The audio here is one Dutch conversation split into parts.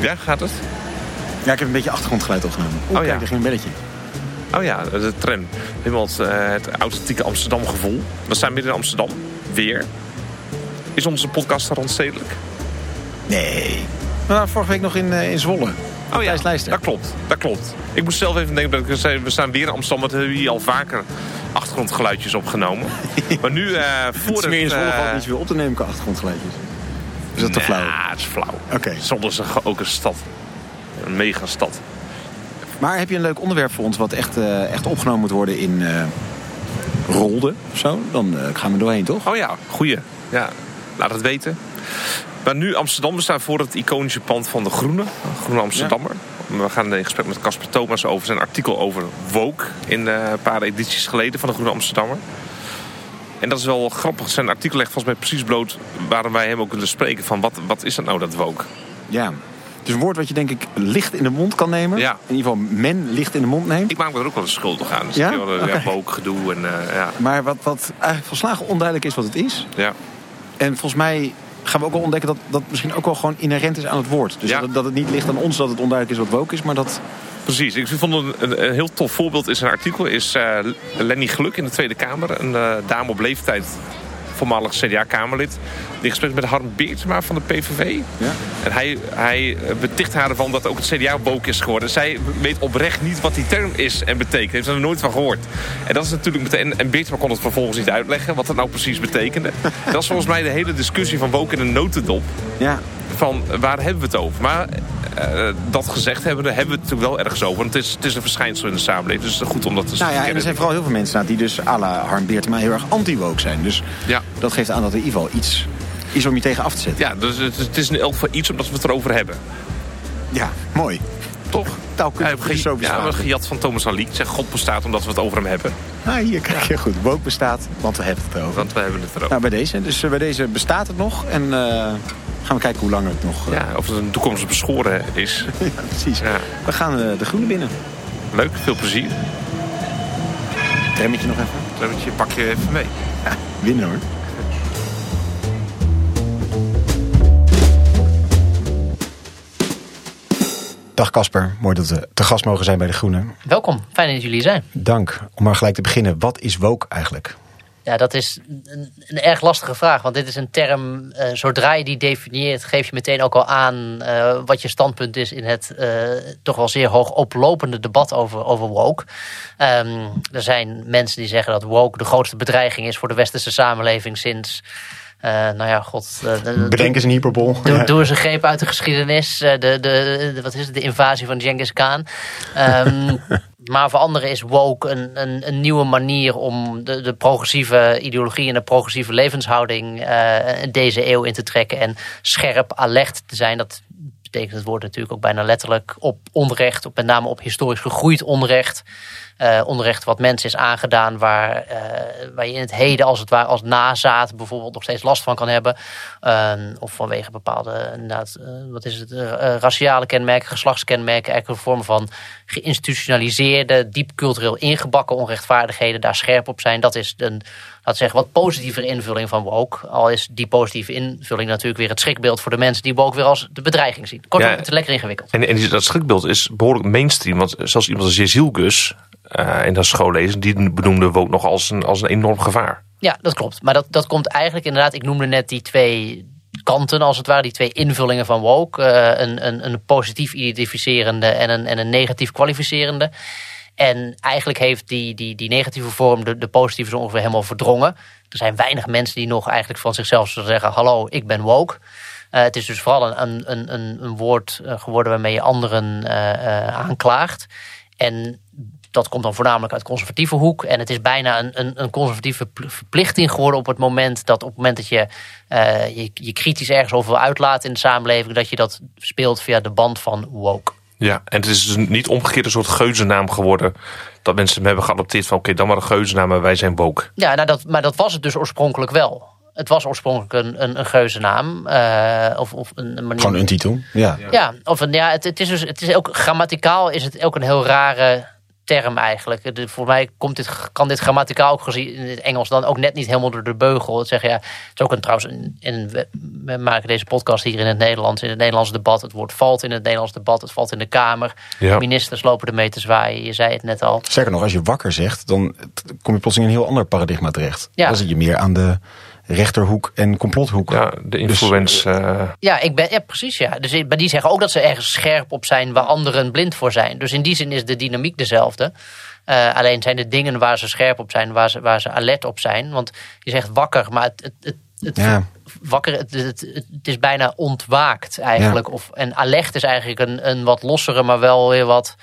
Ja, gaat het? Ja, ik heb een beetje achtergrondgeluid opgenomen. Kijk, er ging een belletje. Oh ja, de tram. Helemaal het authentieke Amsterdam gevoel. We zijn midden in Amsterdam. Weer. Is onze podcast randstedelijk? Nee. We waren vorige week nog in Zwolle. Oh ja, Lijster. dat klopt. Ik moest zelf even denken, we staan weer in Amsterdam. Want we hebben hier al vaker achtergrondgeluidjes opgenomen. Maar nu voor het... in Zwolle valt niet zoveel op te nemen qua achtergrondgeluidjes. Is dat te flauw? Ja, het is flauw. Oké. Zwolle is ook een stad. Een megastad. Maar heb je een leuk onderwerp voor ons wat echt opgenomen moet worden in Rolde of zo? Dan gaan we doorheen, toch? Oh ja, goeie. Ja, laat het weten. Maar nu Amsterdam, we staan voor het iconische pand van de Groene Amsterdammer. Ja. We gaan in gesprek met Casper Thomas over zijn artikel over woke in een paar edities geleden van de Groene Amsterdammer. En dat is wel grappig. Zijn artikel legt volgens mij precies bloot waarom wij hem ook willen spreken van wat is dat nou, dat woke? Ja. Het is een woord wat je denk ik licht in de mond kan nemen. Ja. In ieder geval men licht in de mond neemt. Ik maak me er ook wel eens schuldig aan. Dus ja? Woke gedoe. En, ja. Maar wat eigenlijk volslagen onduidelijk is wat het is. Ja. En volgens mij gaan we ook wel ontdekken dat misschien ook wel gewoon inherent is aan het woord. Dus dat het niet ligt aan ons dat het onduidelijk is wat woke is, maar dat... Precies. Ik vond een heel tof voorbeeld is een artikel. Is Lenny Gluk in de Tweede Kamer. Een dame op leeftijd, voormalig CDA-Kamerlid. Die gesprek met Harm Beertema van de PVV. Ja. En hij beticht haar ervan dat ook het CDA woke is geworden. Zij weet oprecht niet wat die term is en betekent. Heeft er nooit van gehoord. En dat is natuurlijk meteen. En Beertema kon het vervolgens niet uitleggen wat dat nou precies betekende. Dat is volgens mij de hele discussie van woke in een notendop. Ja. Van waar hebben we het over? Maar dat gezegd hebben we het natuurlijk wel ergens over. Want het is een verschijnsel in de samenleving. Dus het is goed om dat te zeggen. En er zijn vooral heel veel mensen die dus à la Harm Beertema heel erg anti-woke zijn. Dus dat geeft aan dat er in ieder geval iets is om je tegen af te zetten. Ja, dus het is in elk geval iets omdat we het erover hebben. Ja, mooi. Toch? Een gejat van Thomas Haliek. Zegt God bestaat omdat we het over hem hebben. Hier kijk je goed. Woke bestaat, want we hebben het erover. Want we hebben het erover. Nou, bij deze. Dus bij deze bestaat het nog. En gaan we kijken hoe lang het nog... Ja, of het een toekomst beschoren is. Ja, precies. Ja. We gaan de Groene binnen. Leuk, veel plezier. Trammetje nog even. Trammetje pak je even mee. Ja, winnen hoor. Dag Casper, mooi dat we te gast mogen zijn bij De Groene. Welkom, fijn dat jullie zijn. Dank. Om maar gelijk te beginnen, wat is woke eigenlijk? Ja, dat is een erg lastige vraag. Want dit is een term, zodra je die definieert, geef je meteen ook al aan wat je standpunt is in het toch wel zeer hoog oplopende debat over woke. Er zijn mensen die zeggen dat woke de grootste bedreiging is voor de westerse samenleving sinds... Bedenk eens een hyperbol. Doe eens een greep uit de geschiedenis. De invasie van Genghis Khan. Maar voor anderen is woke een nieuwe manier om de progressieve ideologie en de progressieve levenshouding deze eeuw in te trekken. En scherp, alert te zijn. Dat betekent het woord natuurlijk ook bijna letterlijk op onrecht. Met name op historisch gegroeid onrecht. Onrecht wat mensen is aangedaan waar je in het heden als het ware als nazaat bijvoorbeeld nog steeds last van kan hebben. Of vanwege bepaalde raciale kenmerken, geslachtskenmerken, eigenlijk een vorm van geïnstitutionaliseerde, diep cultureel ingebakken onrechtvaardigheden, daar scherp op zijn. Dat is laten we zeggen, wat positievere invulling van woke. Al is die positieve invulling natuurlijk weer het schrikbeeld voor de mensen die woke weer als de bedreiging zien. Kortom, het is lekker ingewikkeld. En dat schrikbeeld is behoorlijk mainstream, want zelfs iemand als Jezil Gus in dat schoollezen, die benoemde woke nog als een enorm gevaar. Ja, dat klopt. Maar dat komt eigenlijk inderdaad, ik noemde net die twee kanten als het ware, die twee invullingen van woke. Een positief identificerende en een negatief kwalificerende. En eigenlijk heeft die negatieve vorm de positieve zo ongeveer helemaal verdrongen. Er zijn weinig mensen die nog eigenlijk van zichzelf zullen zeggen, hallo, ik ben woke. Het is dus vooral een woord geworden waarmee je anderen aanklaagt. En dat komt dan voornamelijk uit conservatieve hoek. En het is bijna een conservatieve verplichting geworden op het moment dat je kritisch ergens over wil uitlaten in de samenleving, dat je dat speelt via de band van woke. Ja, en het is dus niet omgekeerd een soort geuzennaam geworden. Dat mensen hem hebben geadopteerd van oké, dan maar een geuzennaam, maar wij zijn woke. Ja, maar dat was het dus oorspronkelijk wel. Het was oorspronkelijk een geuzennaam. Of een manier. Gewoon een titel, ja. Ja, het is ook grammaticaal is het ook een heel rare term eigenlijk. Voor mij kan dit grammaticaal ook gezien in het Engels dan ook net niet helemaal door de beugel. Het zeggen, het is ook we maken deze podcast hier in het Nederlands. In het Nederlands debat. Het woord valt in het Nederlands debat. Het valt in de Kamer. Ja. Ministers lopen ermee te zwaaien. Je zei het net al. Sterker nog, als je wakker zegt, dan kom je plotseling in een heel ander paradigma terecht. Ja. Dan zit je meer aan de rechterhoek en complothoek. Ja, de influence. Precies. Ja. Dus, maar die zeggen ook dat ze ergens scherp op zijn waar anderen blind voor zijn. Dus in die zin is de dynamiek dezelfde. Alleen zijn de dingen waar ze scherp op zijn, waar ze alert op zijn. Want je zegt wakker, maar het is bijna ontwaakt eigenlijk. Ja. En alert is eigenlijk een wat lossere, maar wel weer wat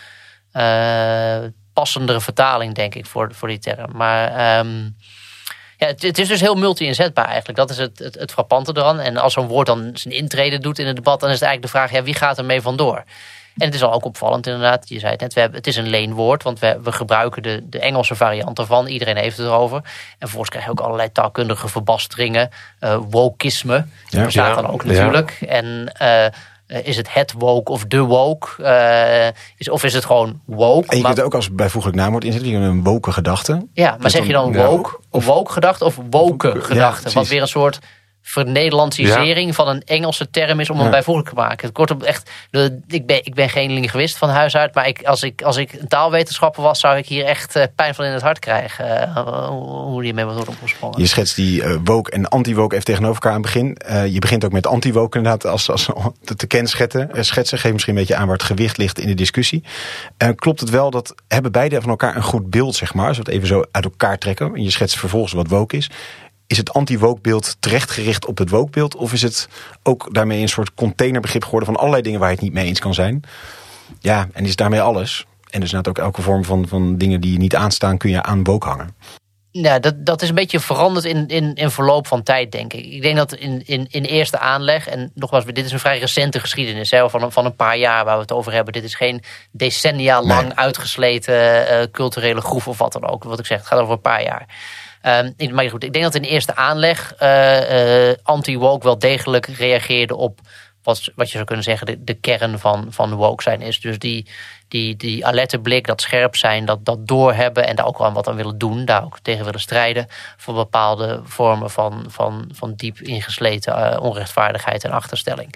passendere vertaling, denk ik, voor die term. Maar het is dus heel multi-inzetbaar eigenlijk. Dat is het frappante eraan. En als zo'n woord dan zijn intrede doet in het debat, dan is het eigenlijk de vraag, wie gaat ermee vandoor? En het is al ook opvallend inderdaad. Je zei het net, het is een leenwoord, want we gebruiken de Engelse variant ervan. Iedereen heeft het erover. En vervolgens krijg je ook allerlei taalkundige verbasteringen. Wokisme, dat bestaat dan ook natuurlijk. Ja. En is het woke of de woke? Of is het gewoon woke? En je kunt het ook als bijvoeglijk naamwoord inzetten. Je kunt een woke gedachte. Ja, maar dus zeg je dan woke? Of woke gedachte of woke gedachte? Wat weer een soort vernederlandsisering van een Engelse term is om hem bijvoeglijk te maken. Kortom, echt, ik ben geen linguist van huis uit, maar als ik een taalwetenschapper was, zou ik hier echt pijn van in het hart krijgen. Hoe die mee wordt opgesprongen. Je schetst die woke en anti-woke even tegenover elkaar aan het begin. Je begint ook met anti-woke inderdaad als te kenschetsen. Geef misschien een beetje aan waar het gewicht ligt in de discussie. Klopt het wel dat hebben beide van elkaar een goed beeld, zeg maar, als we het even zo uit elkaar trekken. En je schetst vervolgens wat woke is. Is het anti-woke-beeld terechtgericht op het woke-beeld? Of is het ook daarmee een soort containerbegrip geworden van allerlei dingen waar je het niet mee eens kan zijn? Ja, en is daarmee alles. En dus ook elke vorm van dingen die je niet aanstaan kun je aan woke hangen. Ja, dat is een beetje veranderd in verloop van tijd, denk ik. Ik denk dat in eerste aanleg, en nogmaals, dit is een vrij recente geschiedenis, van een paar jaar waar we het over hebben. Dit is geen decennia lang uitgesleten culturele groef of wat dan ook. Wat ik zeg, het gaat over een paar jaar. Maar goed, ik denk dat in eerste aanleg anti-woke wel degelijk reageerde op wat je zou kunnen zeggen de kern van woke zijn is. Dus die alerte blik, dat scherp zijn, dat doorhebben en daar ook wel wat aan willen doen, daar ook tegen willen strijden voor bepaalde vormen van diep ingesleten onrechtvaardigheid en achterstelling.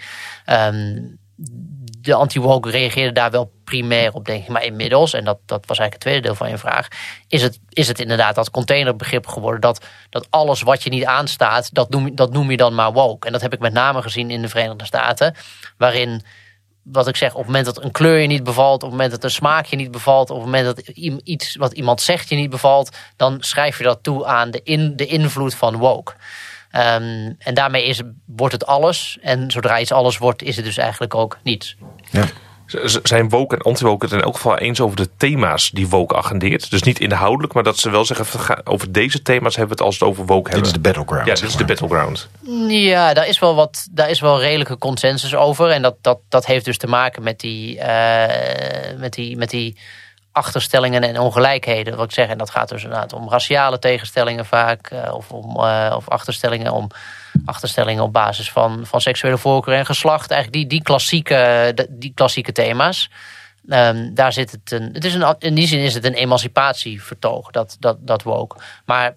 De anti-woke reageerde daar wel primair op, denk ik. Maar inmiddels, en dat was eigenlijk het tweede deel van je vraag, is het inderdaad dat containerbegrip geworden. Dat alles wat je niet aanstaat, dat noem je dan maar woke. En dat heb ik met name gezien in de Verenigde Staten. Waarin, wat ik zeg, op het moment dat een kleur je niet bevalt, op het moment dat een smaak je niet bevalt, op het moment dat iets wat iemand zegt je niet bevalt, dan schrijf je dat toe aan de invloed van woke. En daarmee wordt het alles. En zodra iets alles wordt, is het dus eigenlijk ook niets. Ja. Zijn woke en anti-woke het in elk geval eens over de thema's die woke agendeert? Dus niet inhoudelijk, maar dat ze wel zeggen, over deze thema's hebben we het als het over woke hebben. Dit is de battleground. Ja, dit is de battleground. Ja, daar is wel redelijke consensus over. En dat heeft dus te maken met die achterstellingen en ongelijkheden, wat ik zeg. En dat gaat dus inderdaad om raciale tegenstellingen vaak, of achterstellingen op basis van seksuele voorkeur en geslacht. Eigenlijk die klassieke thema's. Daar zit in die zin is het een emancipatievertoog, dat woke. Maar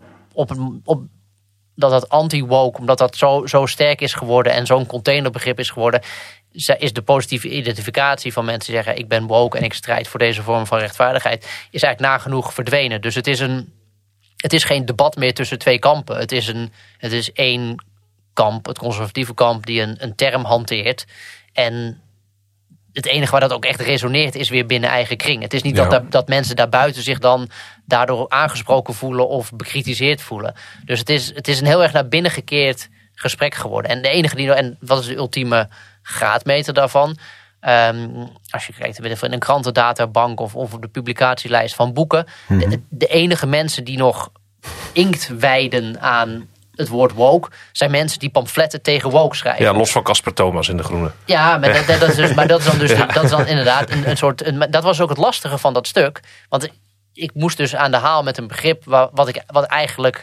dat anti-woke, omdat dat zo sterk is geworden en zo'n containerbegrip is geworden, is de positieve identificatie van mensen die zeggen, ik ben woke en ik strijd voor deze vorm van rechtvaardigheid, is eigenlijk nagenoeg verdwenen. Dus het is geen debat meer tussen twee kampen. Het is één kamp, het conservatieve kamp, die een term hanteert. En het enige waar dat ook echt resoneert is weer binnen eigen kring. Het is niet dat mensen daarbuiten zich dan daardoor aangesproken voelen of bekritiseerd voelen. Dus het is een heel erg naar binnen gekeerd gesprek geworden. En de enige en wat is de ultieme graadmeter daarvan? Als je kijkt in een krantendatabank of op de publicatielijst van boeken. De enige mensen die nog inkt wijden aan het woord woke zijn mensen die pamfletten tegen woke schrijven. Ja, los van Casper Thomas in De Groene. Ja, maar dat is dan inderdaad een soort. Dat was ook het lastige van dat stuk. Want ik moest dus aan de haal met een begrip wat eigenlijk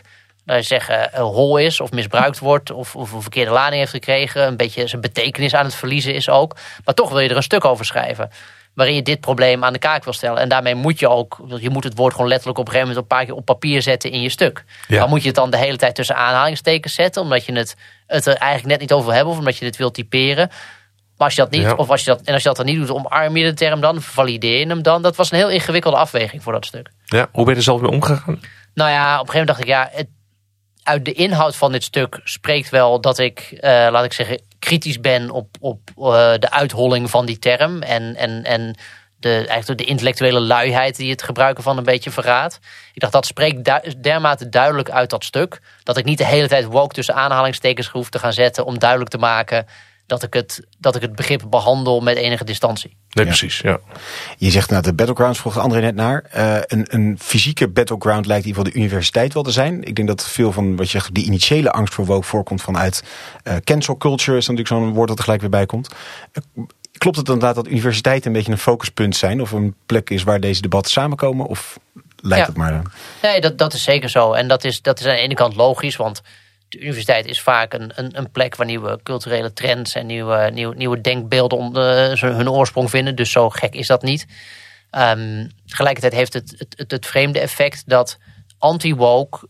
hol is of misbruikt wordt of een verkeerde lading heeft gekregen, een beetje zijn betekenis aan het verliezen is ook. Maar toch wil je er een stuk over schrijven waarin je dit probleem aan de kaak wil stellen. En daarmee moet je moet het woord gewoon letterlijk op een gegeven moment een paar keer op papier zetten in je stuk. Ja. Dan moet je het dan de hele tijd tussen aanhalingstekens zetten, omdat je het er eigenlijk net niet over wil hebben of omdat je het wilt typeren. Maar als je dat niet, als je dat dan niet doet, omarm je de term dan, valideer je hem dan. Dat was een heel ingewikkelde afweging voor dat stuk. Ja, hoe ben je er zelf mee omgegaan? Nou ja, op een gegeven moment dacht ik, uit de inhoud van dit stuk spreekt wel dat ik, laat ik zeggen, kritisch ben op de uitholling van die term. En eigenlijk de intellectuele luiheid die het gebruiken van een beetje verraadt. Ik dacht, dat spreekt dermate duidelijk uit dat stuk, dat ik niet de hele tijd woke tussen aanhalingstekens hoef te gaan zetten om duidelijk te maken dat ik het begrip behandel met enige distantie. Nee, precies, ja. Je zegt de battlegrounds, vroeg André net naar. Een fysieke battleground lijkt in ieder geval de universiteit wel te zijn. Ik denk dat veel van wat je zegt, die initiële angst voor woke voorkomt vanuit cancel culture, is natuurlijk zo'n woord dat er gelijk weer bij komt. Klopt het inderdaad dat universiteiten een beetje een focuspunt zijn, of een plek is waar deze debatten samenkomen, of lijkt het maar? Nee, dat is zeker zo. En dat is aan de ene kant logisch, want de universiteit is vaak een plek waar nieuwe culturele trends en nieuwe denkbeelden hun oorsprong vinden. Dus zo gek is dat niet. Tegelijkertijd heeft het vreemde effect dat anti-woke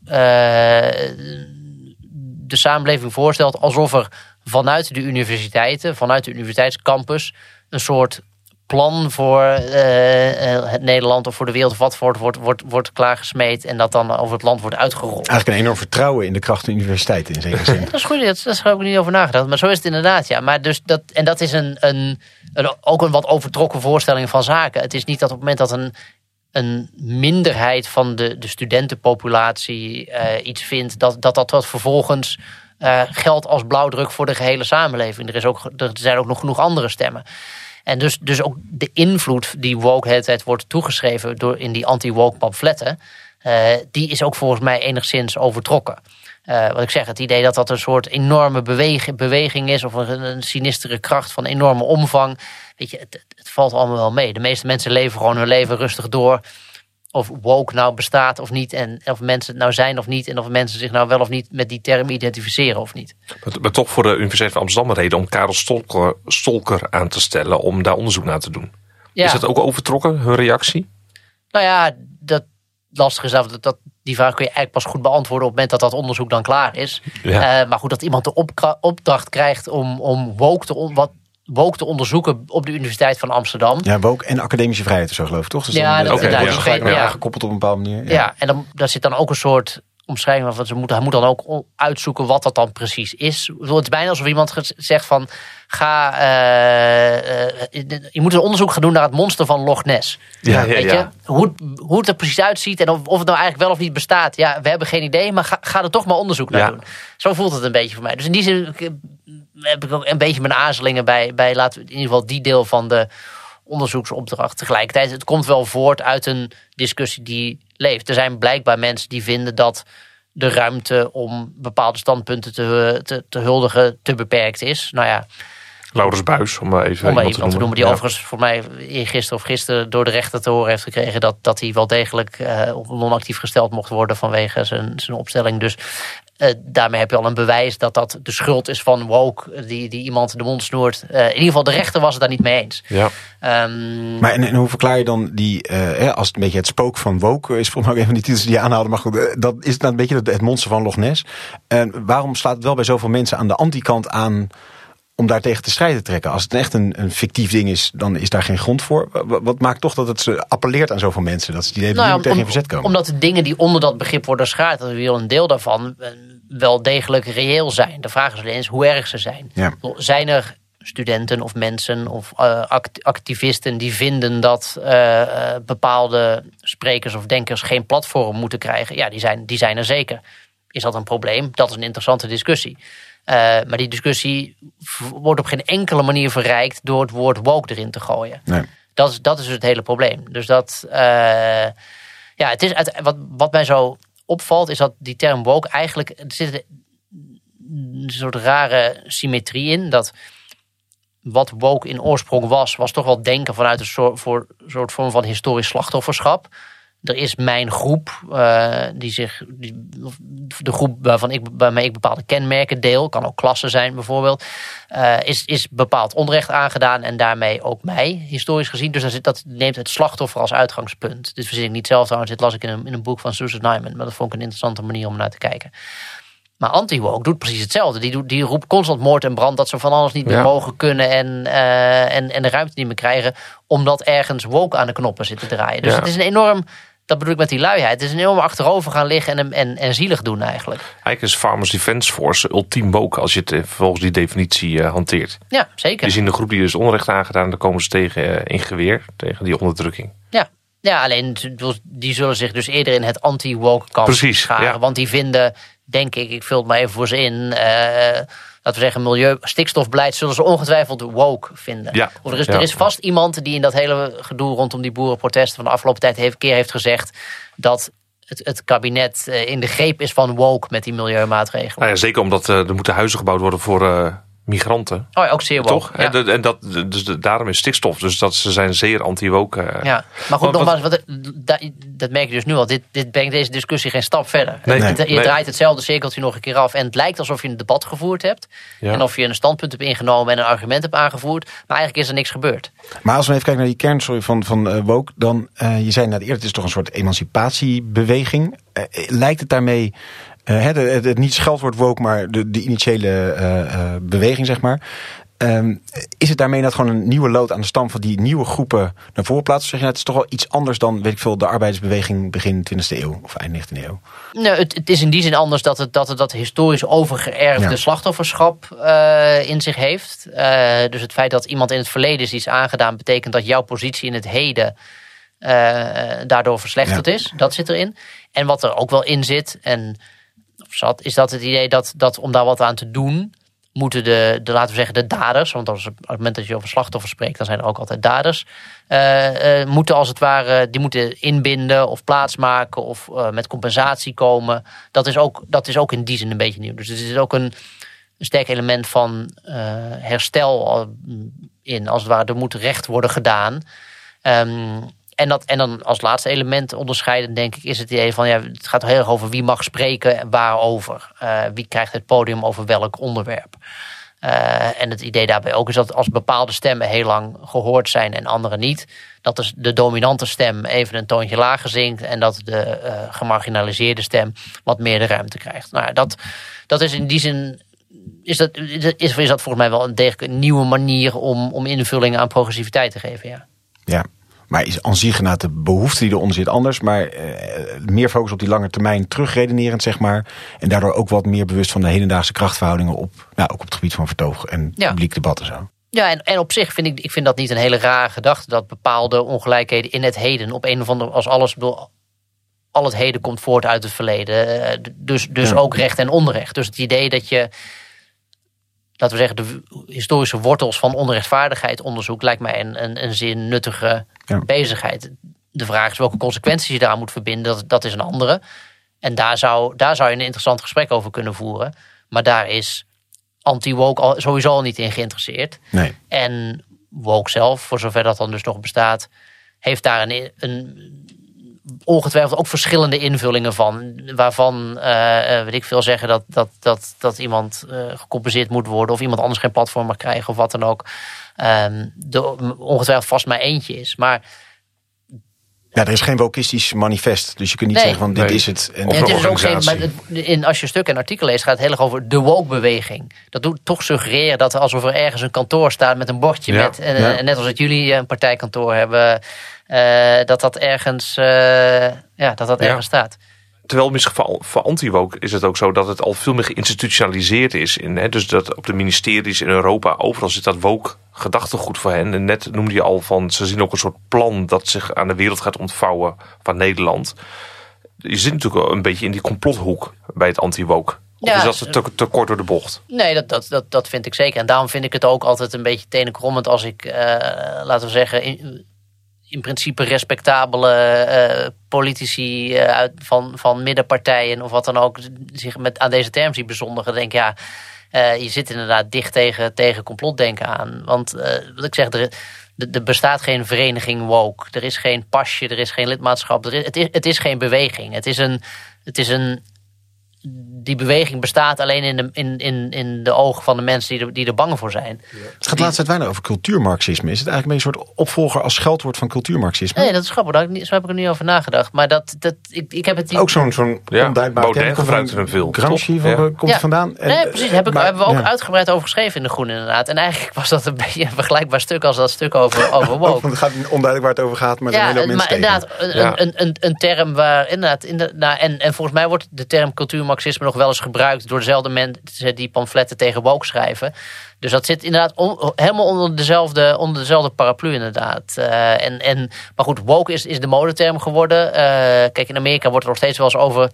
de samenleving voorstelt alsof er vanuit de universiteiten, vanuit de universiteitscampus, een soort plan voor het Nederland of voor de wereld of wat wordt klaargesmeed en dat dan over het land wordt uitgerold. Eigenlijk een enorm vertrouwen in de kracht van de universiteiten in zekere zin. Dat is goed, daar heb ik niet over nagedacht. Maar zo is het inderdaad, ja. Maar dus dat is ook een wat overtrokken voorstelling van zaken. Het is niet dat op het moment dat een minderheid van de studentenpopulatie iets vindt, dat vervolgens geldt als blauwdruk voor de gehele samenleving. Er zijn ook nog genoeg andere stemmen. En dus ook de invloed die woke de hele tijd wordt toegeschreven in die anti-woke pamfletten, die is ook volgens mij enigszins overtrokken. Wat ik zeg, het idee dat een soort enorme beweging is of een sinistere kracht van enorme omvang. Weet je, het valt allemaal wel mee. De meeste mensen leven gewoon hun leven rustig door. Of woke nou bestaat of niet. En of mensen het nou zijn of niet. En of mensen zich nou wel of niet met die term identificeren of niet. Maar toch voor de Universiteit van Amsterdam een reden om Karel Stolker aan te stellen om daar onderzoek naar te doen. Ja. Is dat ook overtrokken, hun reactie? Nou ja, dat lastig is die vraag kun je eigenlijk pas goed beantwoorden op het moment dat onderzoek dan klaar is. Ja. Maar goed, dat iemand de opdracht krijgt om woke te onderzoeken op de Universiteit van Amsterdam. Ja, woke en academische vrijheid of zo, geloof ik, toch? Dus ja, dat is gelijk aangekoppeld op een bepaalde manier. Ja, en daar zit dan ook een soort omschrijving van. Hij moet dan ook uitzoeken wat dat dan precies is. Het is bijna alsof iemand zegt van je moet een onderzoek gaan doen naar het monster van Loch Ness. Weet je? Hoe het er precies uitziet en of het nou eigenlijk wel of niet bestaat. Ja, we hebben geen idee, maar ga er toch maar onderzoek naar doen. Zo voelt het een beetje voor mij. Dus in die zin heb ik ook een beetje mijn aarzelingen bij laten we in ieder geval die deel van de onderzoeksopdracht. Tegelijkertijd, het komt wel voort uit een discussie die leeft. Er zijn blijkbaar mensen die vinden dat de ruimte om bepaalde standpunten te huldigen te beperkt is. Nou ja, Laurens Buijs, om maar even iemand te noemen. Die overigens voor mij eergisteren of gisteren door de rechter te horen heeft gekregen dat hij wel degelijk op non-actief gesteld mocht worden vanwege zijn opstelling. Dus daarmee heb je al een bewijs dat de schuld is van woke die iemand de mond snoert. In ieder geval de rechter was het daar niet mee eens. Ja. Maar en hoe verklaar je dan als het een beetje het spook van woke is, volgens mij ook een van die titels die je aanhaalde, maar goed, dat is dan een beetje het monster van Loch Ness. Waarom slaat het wel bij zoveel mensen aan de antikant aan om daartegen te strijden trekken? Als het echt een fictief ding is, dan is daar geen grond voor. Wat maakt toch dat het appelleert aan zoveel mensen? Dat ze die even tegen in verzet komen? Omdat de dingen die onder dat begrip worden schaard, dat wil een deel daarvan wel degelijk reëel zijn. De vraag is alleen eens hoe erg ze zijn. Ja. Zijn er studenten of mensen of activisten die vinden dat bepaalde sprekers of denkers geen platform moeten krijgen? Ja, die zijn er zeker. Is dat een probleem? Dat is een interessante discussie. Maar die discussie wordt op geen enkele manier verrijkt door het woord woke erin te gooien. Nee. Dat is dus het hele probleem. Dus het is wat mij zo opvalt is dat die term woke eigenlijk, er zit een soort rare symmetrie in. Dat wat woke in oorsprong was toch wel denken vanuit een soort vorm van historisch slachtofferschap. Er is mijn groep, de groep waarmee ik bepaalde kenmerken deel, kan ook klasse zijn bijvoorbeeld, is bepaald onrecht aangedaan en daarmee ook mij, historisch gezien. Dus dat neemt het slachtoffer als uitgangspunt. Dit verzin ik niet zelf trouwens, dit las ik in een boek van Susan Nyman, maar dat vond ik een interessante manier om naar te kijken. Maar anti-woke doet precies hetzelfde. Die roept constant moord en brand, dat ze van alles niet meer mogen kunnen en de ruimte niet meer krijgen, omdat ergens woke aan de knoppen zit te draaien. Dus het is een enorm, dat bedoel ik met die luiheid, het is een enorm achterover gaan liggen en zielig doen eigenlijk. Eigenlijk is Farmers Defence Force ultiem woke als je het volgens die definitie hanteert. Ja, zeker. Die zien de groep die is onrecht aangedaan, daar komen ze tegen in geweer, tegen die onderdrukking. Ja, alleen die zullen zich dus eerder in het anti-woke kamp scharen. Ja. Want die vinden, denk ik vul het maar even voor ze in, laten we zeggen stikstofbeleid zullen ze ongetwijfeld woke vinden. Ja. Of er is vast iemand die in dat hele gedoe rondom die boerenprotesten van de afgelopen tijd heeft gezegd dat het kabinet in de greep is van woke met die milieumaatregelen. Nou ja, zeker omdat er moeten huizen gebouwd worden voor migranten. Oh ja, ook zeer woke. Toch? Ja. En dus daarom is stikstof. Dus ze zijn zeer anti-woke. Ja, maar goed, nogmaals, dat merk je dus nu al. Dit brengt deze discussie geen stap verder. Je draait hetzelfde cirkeltje nog een keer af. En het lijkt alsof je een debat gevoerd hebt. Ja. En of je een standpunt hebt ingenomen en een argument hebt aangevoerd. Maar eigenlijk is er niks gebeurd. Maar als we even kijken naar die kern van woke. Dan, je zei net eerder, het is toch een soort emancipatiebeweging. Lijkt het daarmee... het niet scheldwoord woke, maar de initiële beweging, zeg maar. Is het daarmee dat gewoon een nieuwe lood aan de stam van die nieuwe groepen naar voren plaatsen? Zeg je, het is toch wel iets anders dan, weet ik veel, de arbeidersbeweging begin 20e eeuw of eind 19e eeuw? Nou, het is in die zin anders dat historisch overgeërfde slachtofferschap in zich heeft. Dus het feit dat iemand in het verleden is iets aangedaan, betekent dat jouw positie in het heden daardoor verslechterd is. Dat zit erin. En wat er ook wel in zit, is dat het idee dat om daar wat aan te doen, moeten laten we zeggen, de daders, want op het moment dat je over slachtoffers spreekt, dan zijn er ook altijd daders, moeten als het ware, die moeten inbinden of plaatsmaken of met compensatie komen. Dat is ook in die zin een beetje nieuw. Dus er is ook een sterk element van herstel in, als het ware, er moet recht worden gedaan. En dan als laatste element onderscheiden, denk ik, is het idee van, het gaat heel erg over wie mag spreken en waarover. Wie krijgt het podium over welk onderwerp. En het idee daarbij ook is dat als bepaalde stemmen heel lang gehoord zijn en andere niet, dat dus de dominante stem even een toontje lager zingt en dat de gemarginaliseerde stem wat meer de ruimte krijgt. Nou, dat is in die zin, is dat volgens mij wel een degelijk nieuwe manier om invulling aan progressiviteit te geven. Ja. Maar is aan zich de behoefte die eronder zit anders, maar meer focus op die lange termijn terugredenerend, zeg maar. En daardoor ook wat meer bewust van de hedendaagse krachtverhoudingen ook op het gebied van vertoog en publiek debat en zo. Ja, en op zich vind dat niet een hele rare gedachte, dat bepaalde ongelijkheden in het heden op een of andere, als alles, al het heden komt voort uit het verleden. Dus ook recht en onrecht. Dus het idee dat je, laten we zeggen, de historische wortels van onrechtvaardigheid onderzoekt, lijkt mij een zeer nuttige bezigheid. De vraag is welke consequenties je daaraan moet verbinden. Dat is een andere. En daar zou je een interessant gesprek over kunnen voeren. Maar daar is anti-woke sowieso al niet in geïnteresseerd. Nee. En woke zelf, voor zover dat dan dus nog bestaat, heeft daar een ongetwijfeld ook verschillende invullingen van. Waarvan, weet ik veel, zeggen dat iemand gecompenseerd moet worden of iemand anders geen platform mag krijgen of wat dan ook. Ongetwijfeld vast maar eentje is. Maar er is geen wokistisch manifest. Dus je kunt niet zeggen van dit is het. En het is ook geen, als je stuk en artikel leest, gaat het heel erg over de woke-beweging. Dat doet toch suggereren dat alsof er ergens een kantoor staat met een bordje met. En net als dat jullie een partijkantoor hebben, dat ergens ergens staat. Terwijl misschien voor anti-woke is het ook zo dat het al veel meer geïnstitutionaliseerd is. Dus dat op de ministeries in Europa, overal zit dat woke gedachtegoed voor hen. En net noemde je al van, ze zien ook een soort plan dat zich aan de wereld gaat ontvouwen van Nederland. Je zit natuurlijk een beetje in die complothoek bij het anti-woke. Of is dat te kort door de bocht? Nee, dat vind ik zeker. En daarom vind ik het ook altijd een beetje tenenkrommend als ik, laten we zeggen, in principe respectabele politici van middenpartijen of wat dan ook zich aan deze term zien bezondigen. Denk Je zit inderdaad dicht tegen complotdenken aan. Want wat ik zeg, er bestaat geen vereniging woke. Er is geen pasje, er is geen lidmaatschap. Het is geen beweging. Het is een die beweging bestaat alleen in de ogen van de mensen die er bang voor zijn. Ja. Het gaat de laatste tijd weinig over cultuurmarxisme. Is het eigenlijk een soort opvolger als scheldwoord van cultuurmarxisme? Nee, dat is grappig. Zo heb ik er niet over nagedacht. Maar ik heb het... Ook zo'n onduidbaar Baudet gebruikt er een veel. Gramsci komt er vandaan. Nee, precies. Hebben we ook uitgebreid over geschreven in De Groene inderdaad. En eigenlijk was dat een beetje een vergelijkbaar stuk als dat stuk over woke. Want het gaat onduidelijk waar het over gaat, maar er zijn heel mensen inderdaad een term waar inderdaad... En volgens mij wordt de term cultuurmarxisme nog wel eens gebruikt door dezelfde mensen die pamfletten tegen woke schrijven. Dus dat zit inderdaad helemaal onder dezelfde paraplu inderdaad. Maar goed, woke is de modeterm geworden. Kijk, in Amerika wordt er nog steeds wel eens over...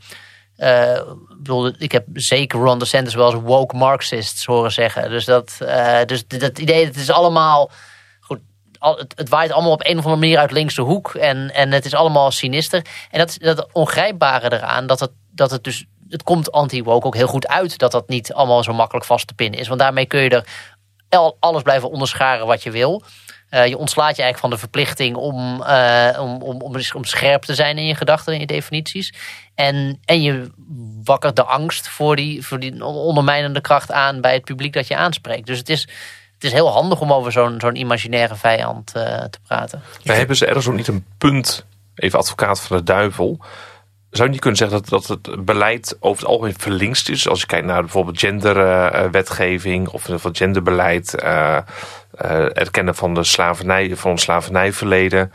ik heb zeker Ron DeSantis wel eens woke Marxists horen zeggen. Dus dat idee, het is allemaal... Goed, het waait allemaal op een of andere manier uit links de hoek. En het is allemaal sinister. En dat ongrijpbare eraan, dat het dus... Het komt anti-woke ook heel goed uit dat niet allemaal zo makkelijk vast te pinnen is. Want daarmee kun je er alles blijven onderscharen wat je wil. Je ontslaat je eigenlijk van de verplichting om scherp te zijn in je gedachten en je definities. En je wakkert de angst voor die ondermijnende kracht aan bij het publiek dat je aanspreekt. Dus het is heel handig om over zo'n imaginaire vijand te praten. Maar hebben ze ergens ook niet een punt, even advocaat van de duivel... Zou je niet kunnen zeggen dat het beleid over het algemeen verlinkst is? Als je kijkt naar bijvoorbeeld genderwetgeving of genderbeleid, erkennen van de slavernij, van het slavernijverleden.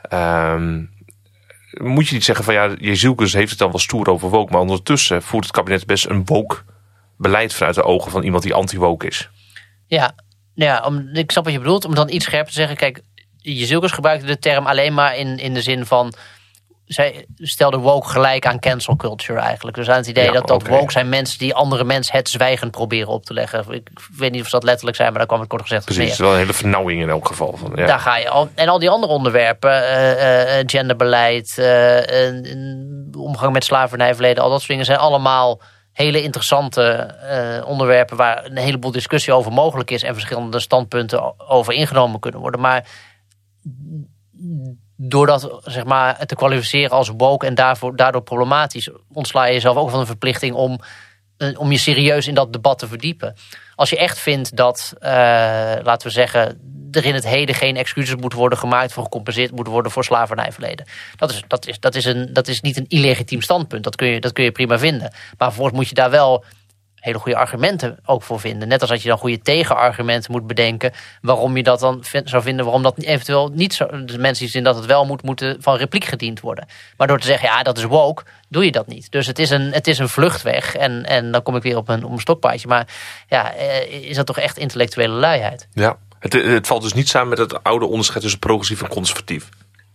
Moet je niet zeggen van ja, Jezielkus heeft het dan wel stoer over woke, maar ondertussen voert het kabinet best een woke beleid vanuit de ogen van iemand die anti-woke is. Ja, ik snap wat je bedoelt. Om dan iets scherper te zeggen, kijk, Jezielkus gebruikte de term alleen maar in de zin van... Zij stelde woke gelijk aan cancel culture eigenlijk. Dus aan het idee dat woke zijn mensen die andere mensen het zwijgen proberen op te leggen. Ik weet niet of ze dat letterlijk zijn, maar daar kwam het kort gezegd precies, het is wel een hele vernauwing in elk geval. Daar ga je al. En al die andere onderwerpen, genderbeleid, omgang met slavernijverleden, al dat soort dingen zijn allemaal hele interessante onderwerpen waar een heleboel discussie over mogelijk is en verschillende standpunten over ingenomen kunnen worden. Maar door dat zeg maar te kwalificeren als woke en daardoor problematisch, ontsla je jezelf ook van een verplichting om je serieus in dat debat te verdiepen. Als je echt vindt dat, laten we zeggen, er in het heden geen excuses moeten worden gemaakt voor gecompenseerd moeten worden voor slavernijverleden. Dat is niet een illegitiem standpunt. Dat kun je prima vinden. Maar vervolgens moet je daar wel hele goede argumenten ook voor vinden. Net als dat je dan goede tegenargumenten moet bedenken waarom je dat dan zou vinden, waarom dat eventueel niet zo... De mensen die vinden dat het wel moeten van repliek gediend worden. Maar door te zeggen, ja, dat is woke, doe je dat niet. Dus het is een vluchtweg en dan kom ik weer op een stokpaardje. Maar ja, is dat toch echt intellectuele luiheid? Ja, het valt dus niet samen met het oude onderscheid tussen progressief en conservatief.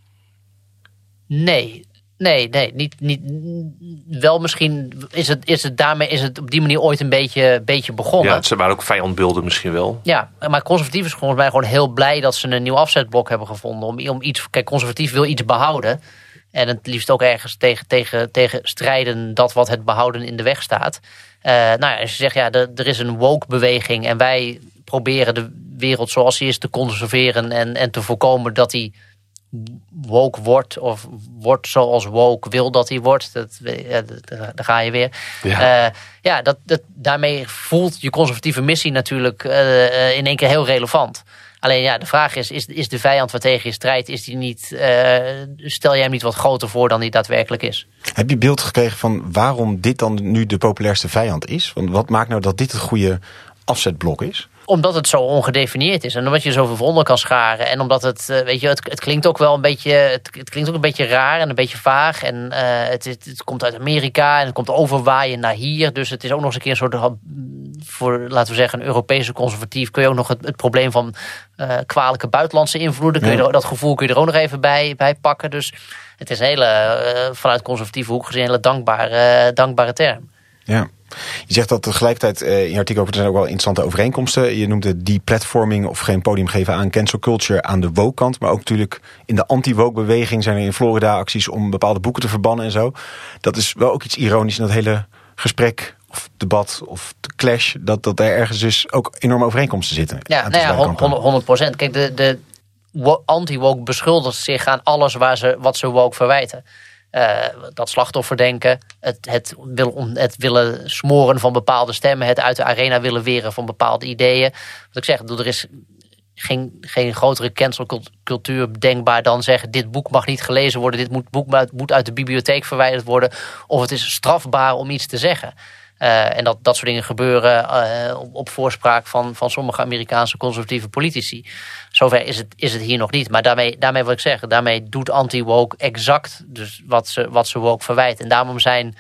Nee, niet. Wel misschien is het op die manier ooit een beetje begonnen. Ja, ze waren ook vijandbeelden misschien wel. Ja, maar conservatief is volgens mij gewoon heel blij dat ze een nieuw afzetblok hebben gevonden om iets. Kijk, conservatief wil iets behouden en het liefst ook ergens tegen strijden dat wat het behouden in de weg staat. Als je zegt, ja, er is een woke beweging en wij proberen de wereld zoals die is te conserveren en te voorkomen dat die woke wordt of wordt zoals woke wil dat hij wordt. Daar ga je weer. Ja. Daarmee voelt je conservatieve missie natuurlijk in één keer heel relevant. Alleen ja, de vraag is de vijand waartegen je strijdt, is die niet, stel jij hem niet wat groter voor dan die daadwerkelijk is? Heb je beeld gekregen van waarom dit dan nu de populairste vijand is? Want wat maakt nou dat dit het goede afzetblok is? Omdat het zo ongedefinieerd is en omdat je zoveel onder kan scharen en omdat het klinkt ook wel een beetje, het klinkt ook een beetje raar en een beetje vaag en het komt uit Amerika en het komt overwaaien naar hier, dus het is ook nog eens een keer een soort, voor laten we zeggen een Europese conservatief kun je ook nog het probleem van kwalijke buitenlandse invloeden, dat gevoel kun je er ook nog even bij pakken, dus het is een hele, vanuit conservatieve hoek gezien, een hele dankbare term. Ja. Je zegt dat tegelijkertijd in je artikel er zijn ook wel interessante overeenkomsten. Je noemt het deplatforming of geen podium geven aan cancel culture aan de woke kant. Maar ook natuurlijk in de anti-woke beweging zijn er in Florida acties om bepaalde boeken te verbannen en zo. Dat is wel ook iets ironisch in dat hele gesprek of debat of de clash, dat er ergens dus ook enorme overeenkomsten zitten. Ja, 100%. Kijk, de anti-woke beschuldigt zich aan alles wat ze woke verwijten. Dat slachtofferdenken, het willen smoren van bepaalde stemmen, het uit de arena willen weren van bepaalde ideeën. Wat ik zeg, er is geen grotere cancelcultuur denkbaar dan zeggen, dit boek mag niet gelezen worden, dit boek moet uit de bibliotheek verwijderd worden, of het is strafbaar om iets te zeggen. En dat soort dingen gebeuren op voorspraak van sommige Amerikaanse conservatieve politici. Zover is het hier nog niet. Maar daarmee wil ik zeggen, daarmee doet anti-woke exact dus wat ze woke verwijt. En daarom zijn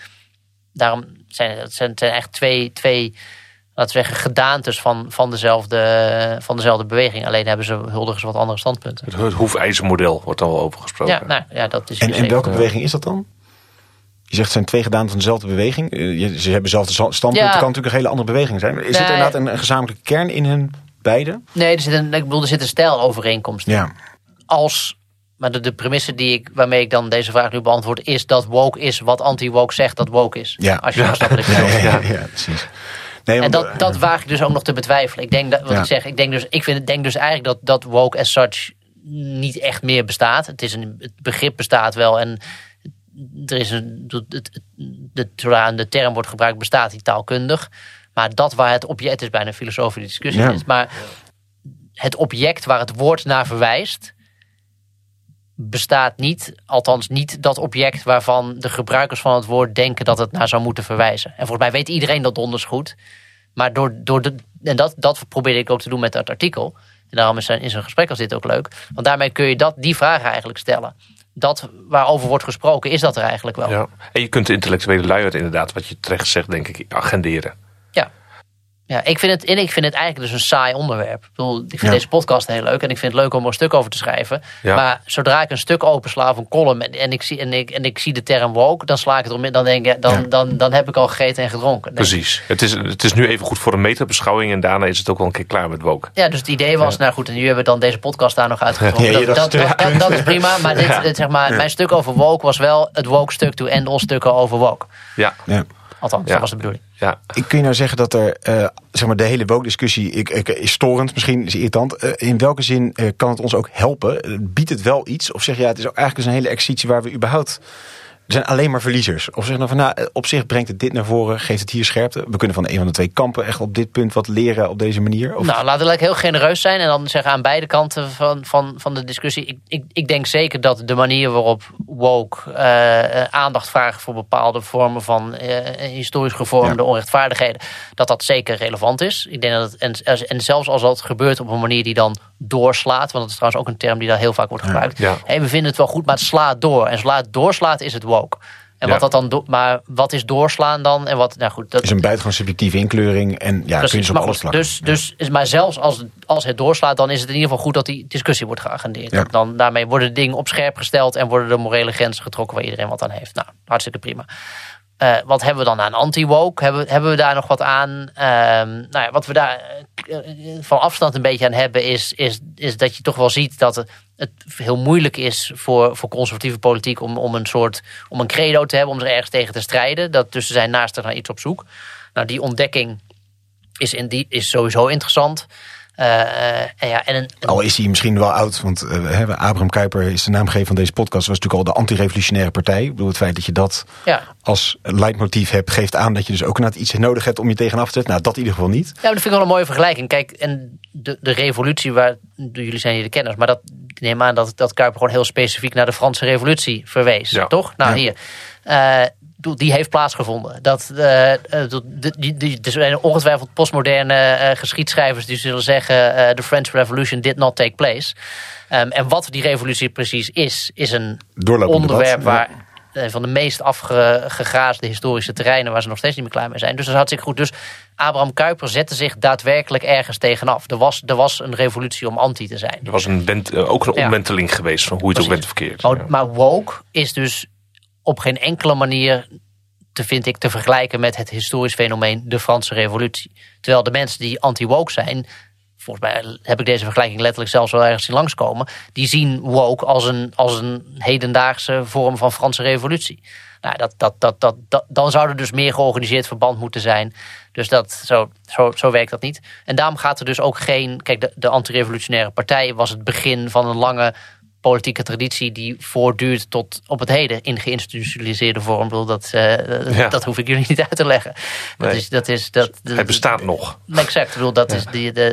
het echt twee laten we zeggen, gedaantes van dezelfde beweging. Alleen hebben ze huldigers wat andere standpunten. Het hoefijzermodel wordt dan wel over gesproken. Ja, dat is en welke beweging is dat dan? Je zegt, het zijn twee gedaanten van dezelfde beweging. Ze hebben dezelfde standpunt. Het kan natuurlijk een hele andere beweging zijn. Is het inderdaad een gezamenlijke kern in hun beiden? Nee, er zit een stijlovereenkomst in. Ja. Maar de premisse waarmee ik dan deze vraag nu beantwoord, is dat woke is wat anti-woke zegt dat woke is. Ja. Als je snapt wat ik bedoel. Ja, precies. Nee, en dat waag ik dus ook nog te betwijfelen. Ik denk dus eigenlijk dat woke as such niet echt meer bestaat. Het begrip bestaat wel en er is de term wordt gebruikt, bestaat die taalkundig. Maar dat waar het object, het is bijna een filosofische discussie is, maar het object waar het woord naar verwijst, bestaat niet, althans niet dat object waarvan de gebruikers van het woord denken dat het naar zou moeten verwijzen. En volgens mij weet iedereen dat donders goed. Maar dat probeerde ik ook te doen met dat artikel. En daarom is een gesprek als dit ook leuk. Want daarmee kun je die vraag eigenlijk stellen. Dat waarover wordt gesproken, is dat er eigenlijk wel. Ja. En je kunt de intellectuele luiheid inderdaad, wat je terecht zegt, denk ik, agenderen. Ja, ik vind het eigenlijk dus een saai onderwerp. Ik vind deze podcast heel leuk en ik vind het leuk om er een stuk over te schrijven. Ja. Maar zodra ik een stuk opensla of een column en ik zie de term woke, dan sla ik het om. Dan denk ik, dan heb ik al gegeten en gedronken. Precies. Het is nu even goed voor een metabeschouwing en daarna is het ook wel een keer klaar met woke. Ja, dus het idee was, nou goed, en nu hebben we dan deze podcast daar nog uitgetrokken. Dat is prima, maar mijn stuk over woke was wel het woke stuk to end all stukken over woke. Ja. Althans, dat was de bedoeling. Ja. Kun je nou zeggen dat er, de hele woke-discussie is storend, misschien is irritant. In welke zin kan het ons ook helpen? Biedt het wel iets? Of zeg je, het is ook eigenlijk een hele exercitie waar we überhaupt... Er zijn alleen maar verliezers. Of zeg van, op zich brengt het dit naar voren, geeft het hier scherpte. We kunnen van een van de twee kampen echt op dit punt wat leren op deze manier. Of... Nou, laten we heel genereus zijn en dan zeggen aan beide kanten van de discussie. Ik denk zeker dat de manier waarop woke aandacht vragen voor bepaalde vormen van historisch gevormde onrechtvaardigheden, dat zeker relevant is. Ik denk dat en zelfs als dat gebeurt op een manier die dan doorslaat, want dat is trouwens ook een term die daar heel vaak wordt gebruikt. Ja. Hey, we vinden het wel goed, maar het slaat door. En zodra het doorslaat is het woke. En wat dat dan maar wat is doorslaan dan? En wat, nou goed, dat is een buitengewoon subjectieve inkleuring. En ja, kun je ze op alles plakken. Maar zelfs als het doorslaat, dan is het in ieder geval goed dat die discussie wordt geagendeerd. Ja. Daarmee worden de dingen op scherp gesteld en worden de morele grenzen getrokken waar iedereen wat aan heeft. Nou, hartstikke prima. Wat hebben we dan aan anti-woke? Hebben we daar nog wat aan? Wat we daar van afstand een beetje aan hebben is dat je toch wel ziet dat het heel moeilijk is voor conservatieve politiek om een credo te hebben, om er ergens tegen te strijden. Dat dus ze zijn naast naar iets op zoek. Nou, die ontdekking is sowieso interessant. Al is hij misschien wel oud, want Abraham Kuyper is de naamgever van deze podcast. Was natuurlijk al de anti-revolutionaire partij. Ik bedoel, het feit dat je dat als leidmotief hebt, geeft aan dat je dus ook inderdaad iets nodig hebt om je tegenaf te zetten. Nou, dat in ieder geval niet. Ja, dat vind ik wel een mooie vergelijking. Kijk, en de revolutie, jullie zijn hier de kenners, maar ik neem aan dat Kuyper gewoon heel specifiek naar de Franse revolutie verwees. Toch? Nou, hier. Die heeft plaatsgevonden. Er zijn ongetwijfeld postmoderne geschiedschrijvers die zullen zeggen the French Revolution did not take place. En wat die revolutie precies is een onderwerp waar van de meest afgegraasde historische terreinen waar ze nog steeds niet meer klaar mee zijn. Dus dat is hartstikke goed. Dus Abraham Kuyper zette zich daadwerkelijk ergens tegenaf. Er was een revolutie om anti te zijn. Er was ook een omwenteling geweest van hoe het ook werd verkeerd. Maar woke is dus op geen enkele manier te vergelijken met het historisch fenomeen de Franse Revolutie. Terwijl de mensen die anti-woke zijn volgens mij heb ik deze vergelijking letterlijk zelfs wel ergens zien langskomen, die zien woke als een hedendaagse vorm van Franse revolutie. Nou, dan zou er dus meer georganiseerd verband moeten zijn. Dus zo werkt dat niet. En daarom gaat er dus ook geen... Kijk, de antirevolutionaire partij was het begin van een lange politieke traditie die voortduurt tot op het heden in geïnstitutionaliseerde vorm. Ik bedoel, dat hoef ik jullie niet uit te leggen. Hij bestaat nog. Exact. Ik bedoel, dat is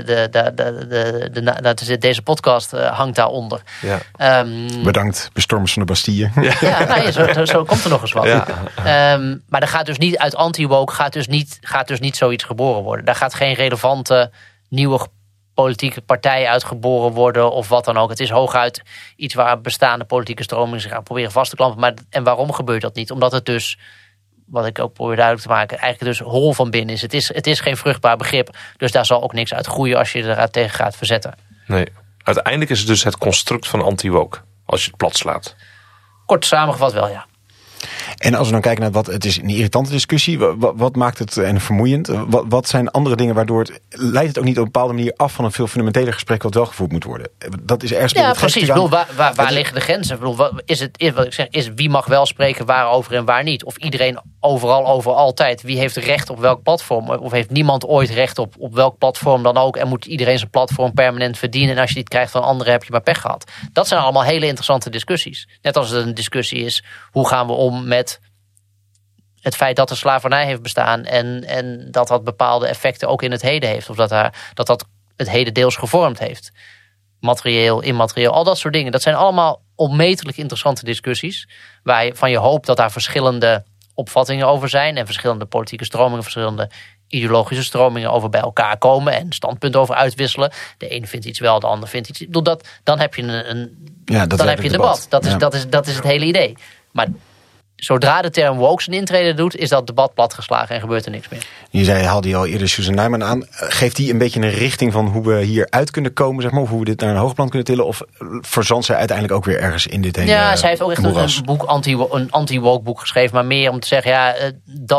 deze podcast hangt daaronder. Ja. Bedankt, bestormers van de Bastille. Zo komt er nog eens wat. Ja. Maar er gaat dus niet uit anti-woke gaat dus niet zoiets geboren worden. Daar gaat geen relevante nieuwe politieke partij uitgeboren worden of wat dan ook. Het is hooguit iets waar bestaande politieke stromingen zich gaan proberen vast te klampen. En waarom gebeurt dat niet? Omdat het dus, wat ik ook probeer duidelijk te maken, eigenlijk dus hol van binnen is. Het is geen vruchtbaar begrip. Dus daar zal ook niks uit groeien als je er tegen gaat verzetten. Nee. Uiteindelijk is het dus het construct van anti-woke, als je het plat slaat. Kort samengevat wel, ja. En als we dan kijken naar het is een irritante discussie. Wat maakt het en vermoeiend? Wat zijn andere dingen waardoor leidt het ook niet op een bepaalde manier af van een veel fundamenteler gesprek wat wel gevoerd moet worden? Dat is ergens. Ja, precies. Waar liggen de grenzen? Wat ik zeg is wie mag wel spreken waarover en waar niet? Of iedereen overal over altijd? Wie heeft recht op welk platform? Of heeft niemand ooit recht op welk platform dan ook? En moet iedereen zijn platform permanent verdienen? En als je die krijgt van anderen heb je maar pech gehad. Dat zijn allemaal hele interessante discussies. Net als het een discussie is, hoe gaan we om met het feit dat de slavernij heeft bestaan en dat bepaalde effecten ook in het heden heeft. Of dat het heden deels gevormd heeft. Materieel, immaterieel, al dat soort dingen. Dat zijn allemaal onmetelijk interessante discussies waarvan je hoopt dat daar verschillende opvattingen over zijn en verschillende politieke stromingen, verschillende ideologische stromingen over bij elkaar komen en standpunten over uitwisselen. De een vindt iets wel, de ander vindt iets. Dan heb je een debat. Dat is het hele idee. Maar zodra de term woke zijn intrede doet, is dat debat platgeslagen en gebeurt er niks meer. Je haalde al eerder Susan Nijman aan. Geeft die een beetje een richting van hoe we hier uit kunnen komen, zeg maar, of hoe we dit naar een hoogplan kunnen tillen? Of verzandt zij uiteindelijk ook weer ergens in dit hele Ja, zij heeft ook echt een boek, een anti-woke boek geschreven, maar meer om te zeggen,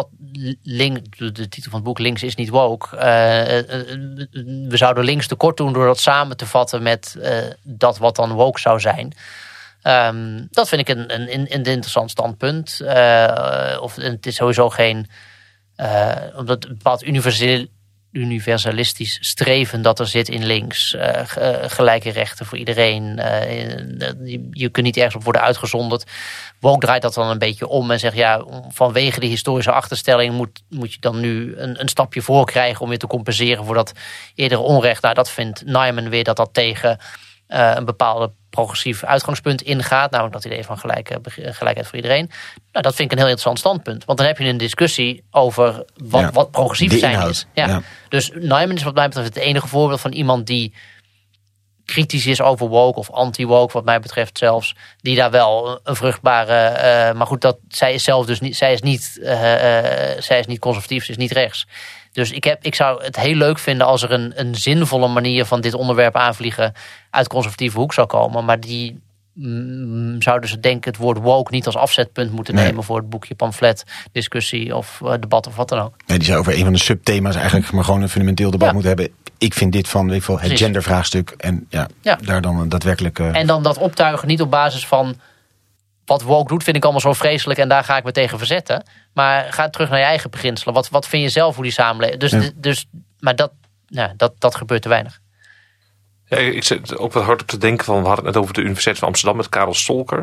de titel van het boek Links is niet woke. We zouden links tekort doen door dat samen te vatten met dat wat dan woke zou zijn. Dat vind ik een interessant standpunt. Het is sowieso geen omdat een bepaald universalistisch streven dat er zit in links. Gelijke rechten voor iedereen. Je kunt niet ergens op worden uitgezonderd. Woke draait dat dan een beetje om en zegt vanwege de historische achterstelling moet je dan nu een stapje voor krijgen om weer te compenseren voor dat eerdere onrecht. Nou, dat vindt Nijman weer dat tegen een bepaalde progressief uitgangspunt ingaat. Namelijk dat idee van gelijkheid voor iedereen. Nou, dat vind ik een heel interessant standpunt. Want dan heb je een discussie over wat progressief zijn is. Ja. Dus Nijman is wat mij betreft het enige voorbeeld van iemand die kritisch is over woke of anti-woke, wat mij betreft zelfs. Die daar wel een vruchtbare... maar goed, zij is zelf dus niet... Zij is niet conservatief, ze is niet rechts. Dus ik zou het heel leuk vinden als er een zinvolle manier van dit onderwerp aanvliegen uit conservatieve hoek zou komen. Maar die zouden ze denken het woord woke niet als afzetpunt moeten nemen voor het boekje, pamflet, discussie of debat of wat dan ook. Nee, die zou over een van de subthema's eigenlijk maar gewoon een fundamenteel debat moeten hebben. Ik vind dit van het gendervraagstuk en daar dan daadwerkelijk... En dan dat optuigen niet op basis van wat woke doet vind ik allemaal zo vreselijk en daar ga ik me tegen verzetten. Maar ga terug naar je eigen beginselen. Wat vind je zelf hoe die samenleving... Maar dat gebeurt te weinig. Ja, ik zit ook wat hard op te denken van, we hadden het net over de Universiteit van Amsterdam met Karel Stolker.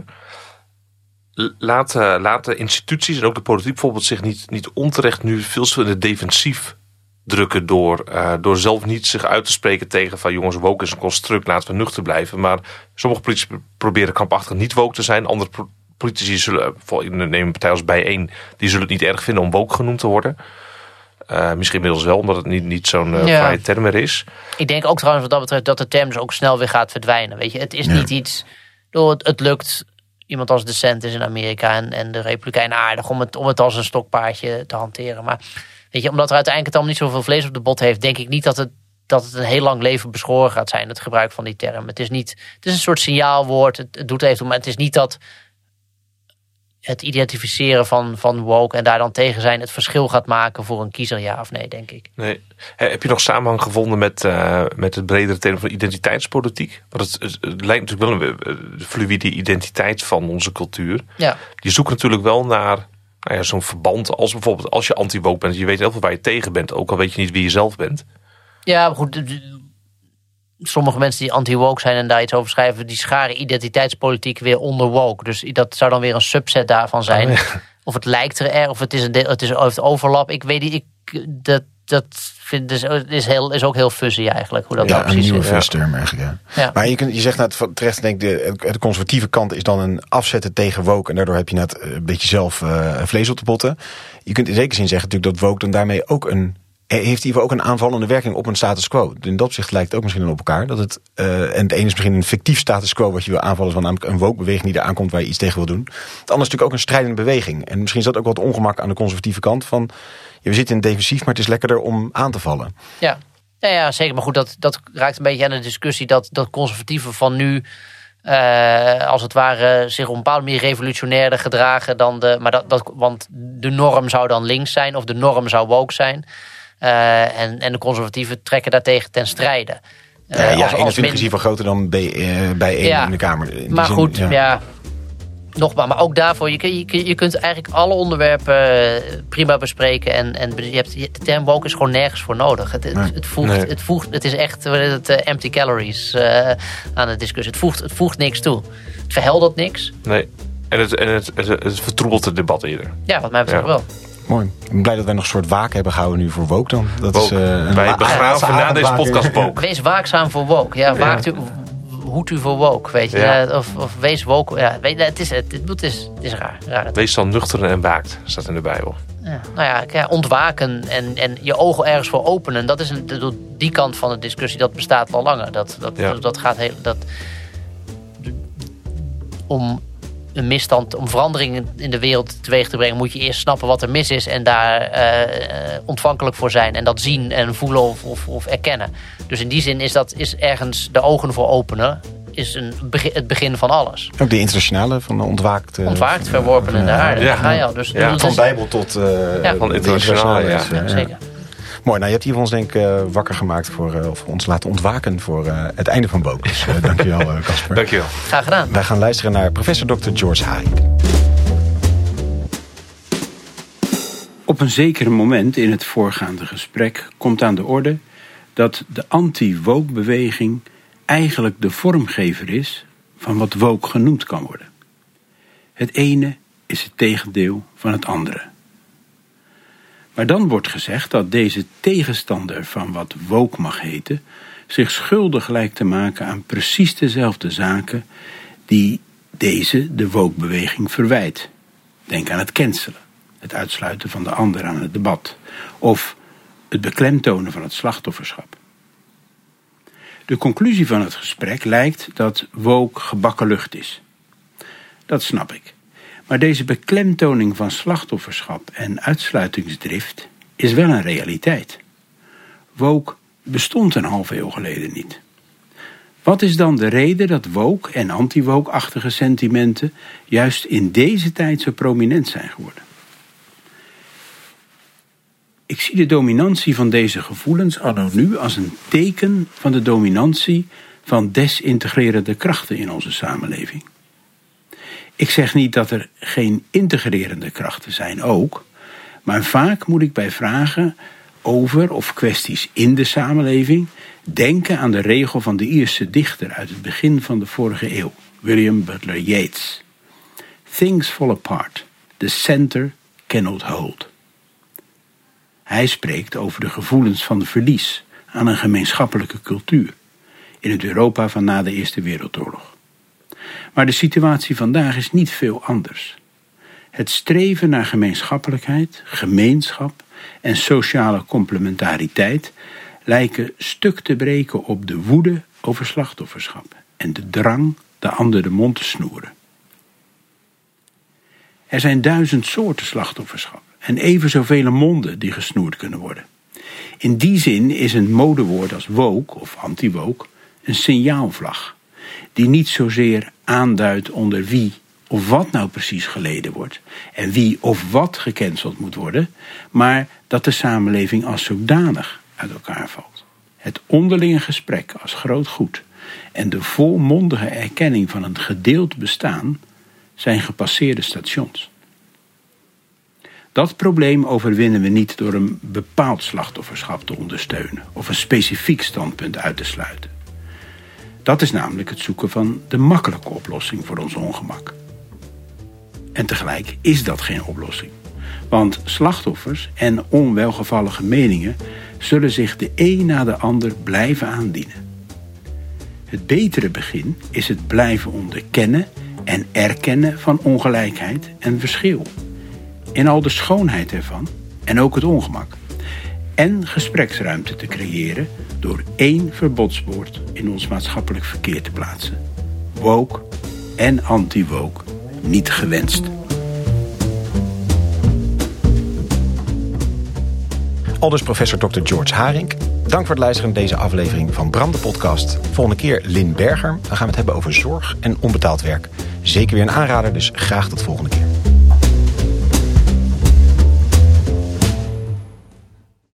Laten instituties en ook de politiek bijvoorbeeld zich niet onterecht nu veel te veel in het defensief drukken door zelf niet zich uit te spreken tegen van jongens, woke is een construct, laten we nuchter blijven. Maar sommige politici proberen krampachtig niet woke te zijn. Andere politici zullen, neem een partij als Bijeen, die zullen het niet erg vinden om woke genoemd te worden. Misschien inmiddels wel, omdat het niet zo'n vrije term er is. Ik denk ook trouwens wat dat betreft dat de term dus ook snel weer gaat verdwijnen. Weet je, het is niet iets... Het lukt iemand als DeSantis in Amerika en de Republikeinen aardig om het als een stokpaardje te hanteren. Maar weet je, omdat er uiteindelijk het allemaal niet zoveel vlees op de bot heeft, denk ik niet dat het een heel lang leven beschoren gaat zijn, het gebruik van die term. Het is een soort signaalwoord, het doet even, maar het is niet dat... het identificeren van woke en daar dan tegen zijn het verschil gaat maken voor een kiezer, ja of nee, denk ik. Nee. Heb je nog samenhang gevonden met het bredere thema van identiteitspolitiek? Want het lijkt natuurlijk wel een fluïde identiteit van onze cultuur. Ja. Je zoekt natuurlijk wel naar zo'n verband als bijvoorbeeld als je anti-woke bent. Je weet heel veel waar je tegen bent, ook al weet je niet wie je zelf bent. Ja, maar goed, sommige mensen die anti-woke zijn en daar iets over schrijven, die scharen identiteitspolitiek weer onder woke. Dus dat zou dan weer een subset daarvan zijn. Oh, ja. Of het lijkt er of het heeft overlap. Ik weet niet, dat vind is ook heel fuzzy eigenlijk. Hoe dat precies een nieuwe is. visterm eigenlijk. Ja. Maar je zegt terecht, denk ik, de conservatieve kant is dan een afzetten tegen woke. En daardoor heb je net een beetje zelf vlees op de botten. Je kunt in zekere zin zeggen natuurlijk dat woke dan daarmee ook heeft hiervoor ook een aanvallende werking op een status quo. In dat opzicht lijkt het ook misschien op elkaar. Dat het, en het ene is misschien een fictief status quo wat je wil aanvallen, van namelijk een woke-beweging die eraan komt waar je iets tegen wil doen. Het andere is natuurlijk ook een strijdende beweging. En misschien is dat ook wat ongemak aan de conservatieve kant van, we zitten in defensief, maar het is lekkerder om aan te vallen. Ja, zeker. Maar goed, dat raakt een beetje aan de discussie dat conservatieven van nu als het ware zich op een bepaalde manier revolutionairder gedragen dan want de norm zou dan links zijn of de norm zou woke zijn. En de conservatieven trekken daartegen ten strijde. 21 is hiervan groter dan bij één in de Kamer. Maar zin, goed, nogmaals, maar ook daarvoor, je kunt eigenlijk alle onderwerpen prima bespreken. En de term woke is gewoon nergens voor nodig. Het is echt empty calories aan de discussie. Het voegt niks toe. Het verheldert niks. Nee, en het vertroebelt het debat eerder. Ja, wat mij betreft wel. Mooi. Ik ben blij dat wij nog een soort waken hebben gehouden nu voor woke dan. Dat woke. Is, wij begraven na deze podcast woke. Wees waakzaam voor woke. Ja, hoed u voor woke, weet je. Ja. Of wees woke. Ja, het is raar. Wees dan nuchter en waakt, staat in de Bijbel. Ja, ontwaken en je ogen ergens voor openen. Dat is die kant van de discussie, dat bestaat al langer. Dat gaat heel... Om een misstand, om veranderingen in de wereld teweeg te brengen, moet je eerst snappen wat er mis is en daar ontvankelijk voor zijn en dat zien en voelen of erkennen. Dus in die zin is ergens de ogen voor openen is het begin van alles. Ook de internationale van ontwaakt, verworpen in de aarde. Daar ga je al. Dus van Bijbel tot van internationale. Ja, zeker. Mooi, je hebt hier ons denk ik wakker gemaakt of ons laten ontwaken voor het einde van woke. Dus dankjewel Casper. Dankjewel. Graag gedaan. Wij gaan luisteren naar professor Dr. George Haring. Op een zeker moment in het voorgaande gesprek komt aan de orde dat de anti-woke-beweging eigenlijk de vormgever is van wat woke genoemd kan worden. Het ene is het tegendeel van het andere. Maar dan wordt gezegd dat deze tegenstander van wat woke mag heten zich schuldig lijkt te maken aan precies dezelfde zaken die de woke-beweging verwijt. Denk aan het cancelen, het uitsluiten van de ander aan het debat of het beklemtonen van het slachtofferschap. De conclusie van het gesprek lijkt dat woke gebakken lucht is. Dat snap ik. Maar deze beklemtoning van slachtofferschap en uitsluitingsdrift is wel een realiteit. Woke bestond een halve eeuw geleden niet. Wat is dan de reden dat woke en anti-woke-achtige sentimenten juist in deze tijd zo prominent zijn geworden? Ik zie de dominantie van deze gevoelens anno nu als een teken van de dominantie van desintegrerende krachten in onze samenleving. Ik zeg niet dat er geen integrerende krachten zijn, ook. Maar vaak moet ik bij vragen over of kwesties in de samenleving denken aan de regel van de Ierse dichter uit het begin van de vorige eeuw, William Butler Yeats. Things fall apart, the center cannot hold. Hij spreekt over de gevoelens van verlies aan een gemeenschappelijke cultuur in het Europa van na de Eerste Wereldoorlog. Maar de situatie vandaag is niet veel anders. Het streven naar gemeenschappelijkheid, gemeenschap en sociale complementariteit lijken stuk te breken op de woede over slachtofferschap en de drang de ander de mond te snoeren. Er zijn 1000 soorten slachtofferschap en even zoveel monden die gesnoerd kunnen worden. In die zin is een modewoord als woke of anti-woke een signaalvlag die niet zozeer aanduidt onder wie of wat nou precies geleden wordt en wie of wat gecanceld moet worden, maar dat de samenleving als zodanig uit elkaar valt. Het onderlinge gesprek als groot goed en de volmondige erkenning van een gedeeld bestaan zijn gepasseerde stations. Dat probleem overwinnen we niet door een bepaald slachtofferschap te ondersteunen of een specifiek standpunt uit te sluiten. Dat is namelijk het zoeken van de makkelijke oplossing voor ons ongemak. En tegelijk is dat geen oplossing. Want slachtoffers en onwelgevallige meningen zullen zich de een na de ander blijven aandienen. Het betere begin is het blijven onderkennen en erkennen van ongelijkheid en verschil. In al de schoonheid ervan en ook het ongemak. En gespreksruimte te creëren door 1 verbodswoord in ons maatschappelijk verkeer te plaatsen. Woke en anti-woke niet gewenst. Aldus professor Dr. George Haring. Dank voor het luisteren naar deze aflevering van Bram de podcast. Volgende keer Lynn Berger. Dan gaan we het hebben over zorg en onbetaald werk. Zeker weer een aanrader, dus graag tot volgende keer.